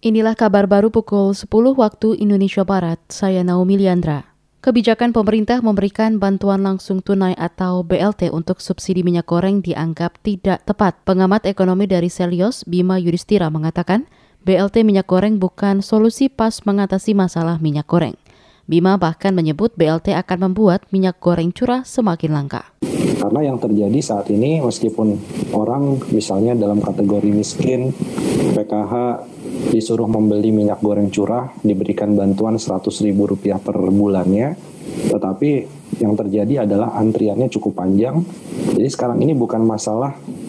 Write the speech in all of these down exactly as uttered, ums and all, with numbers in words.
Inilah kabar baru pukul sepuluh waktu Indonesia Barat, saya Naomi Liandra. Kebijakan pemerintah memberikan bantuan langsung tunai atau B L T untuk subsidi minyak goreng dianggap tidak tepat. Pengamat ekonomi dari Selyos, Bima Yudhistira mengatakan, B L T minyak goreng bukan solusi pas mengatasi masalah minyak goreng. Bima bahkan menyebut B L T akan membuat minyak goreng curah semakin langka. Karena yang terjadi saat ini meskipun orang misalnya dalam kategori miskin, P K H disuruh membeli minyak goreng curah, diberikan bantuan seratus ribu rupiah per bulannya, tetapi yang terjadi adalah antriannya cukup panjang. Jadi sekarang ini bukan masalah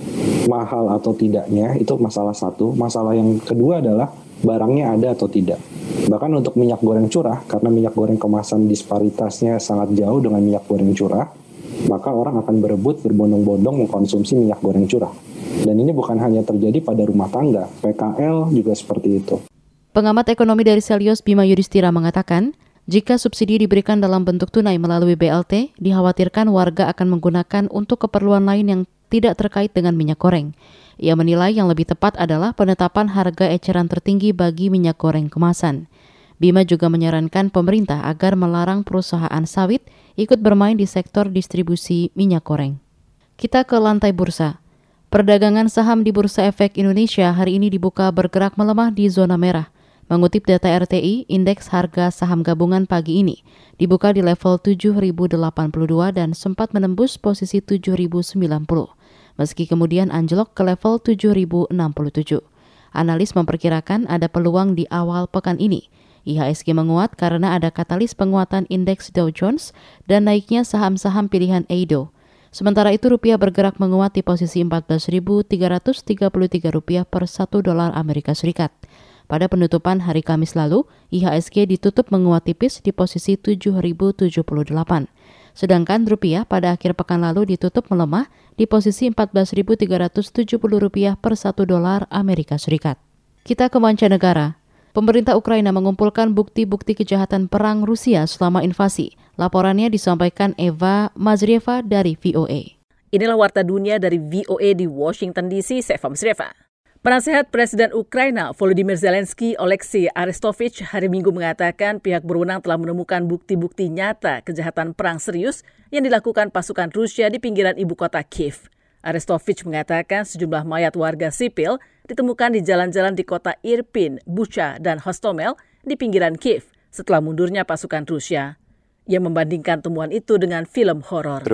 mahal atau tidaknya, itu masalah satu. Masalah yang kedua adalah barangnya ada atau tidak. Bahkan untuk minyak goreng curah, karena minyak goreng kemasan disparitasnya sangat jauh dengan minyak goreng curah, maka orang akan berebut berbondong-bondong mengkonsumsi minyak goreng curah. Dan ini bukan hanya terjadi pada rumah tangga, P K L juga seperti itu. Pengamat ekonomi dari Selyos, Bima Yudhistira mengatakan, jika subsidi diberikan dalam bentuk tunai melalui B L T, dikhawatirkan warga akan menggunakan untuk keperluan lain yang tidak terkait dengan minyak goreng. Ia menilai yang lebih tepat adalah penetapan harga eceran tertinggi bagi minyak goreng kemasan. Bima juga menyarankan pemerintah agar melarang perusahaan sawit ikut bermain di sektor distribusi minyak goreng. Kita ke lantai bursa. Perdagangan saham di Bursa Efek Indonesia hari ini dibuka bergerak melemah di zona merah. Mengutip data R T I, indeks harga saham gabungan pagi ini dibuka di level tujuh ribu delapan puluh dua dan sempat menembus posisi tujuh ribu sembilan puluh, meski kemudian anjlok ke level tujuh ribu enam puluh tujuh. Analis memperkirakan ada peluang di awal pekan ini. I H S G menguat karena ada katalis penguatan indeks Dow Jones dan naiknya saham-saham pilihan E I D O. Sementara itu rupiah bergerak menguat di posisi empat belas ribu tiga ratus tiga puluh tiga rupiah per satu dolar Amerika Serikat. Pada penutupan hari Kamis lalu, I H S G ditutup menguat tipis di posisi tujuh ribu tujuh puluh delapan. Sedangkan rupiah pada akhir pekan lalu ditutup melemah di posisi empat belas ribu tiga ratus tujuh puluh rupiah per satu dolar Amerika Serikat. Kita ke mancanegara. Pemerintah Ukraina mengumpulkan bukti-bukti kejahatan perang Rusia selama invasi. Laporannya disampaikan Eva Mazrieva dari V O A. Inilah Warta Dunia dari V O A di Washington D C, saya Mazrieva. Penasehat Presiden Ukraina Volodymyr Zelensky, Oleksiy Arestovich, hari Minggu mengatakan pihak berwenang telah menemukan bukti-bukti nyata kejahatan perang serius yang dilakukan pasukan Rusia di pinggiran ibu kota Kiev. Arestovich mengatakan sejumlah mayat warga sipil ditemukan di jalan-jalan di kota Irpin, Bucha, dan Hostomel di pinggiran Kiev setelah mundurnya pasukan Rusia. Ia membandingkan temuan itu dengan film horor.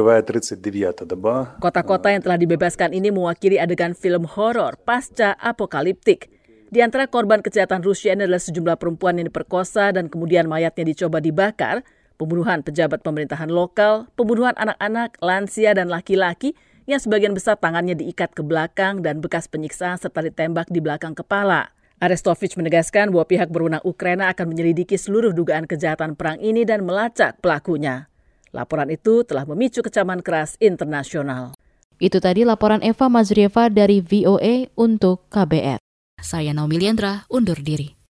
Kota-kota yang telah dibebaskan ini mewakili adegan film horor pasca apokaliptik. Di antara korban kejahatan Rusia ini adalah sejumlah perempuan yang diperkosa dan kemudian mayatnya dicoba dibakar, pembunuhan pejabat pemerintahan lokal, pembunuhan anak-anak, lansia, dan laki-laki yang sebagian besar tangannya diikat ke belakang dan bekas penyiksaan serta ditembak di belakang kepala. Arestovich menegaskan bahwa pihak berwenang Ukraina akan menyelidiki seluruh dugaan kejahatan perang ini dan melacak pelakunya. Laporan itu telah memicu kecaman keras internasional. Itu tadi laporan Eva Mazrieva dari V O A untuk K B R. Saya Naomi Liandra, undur diri.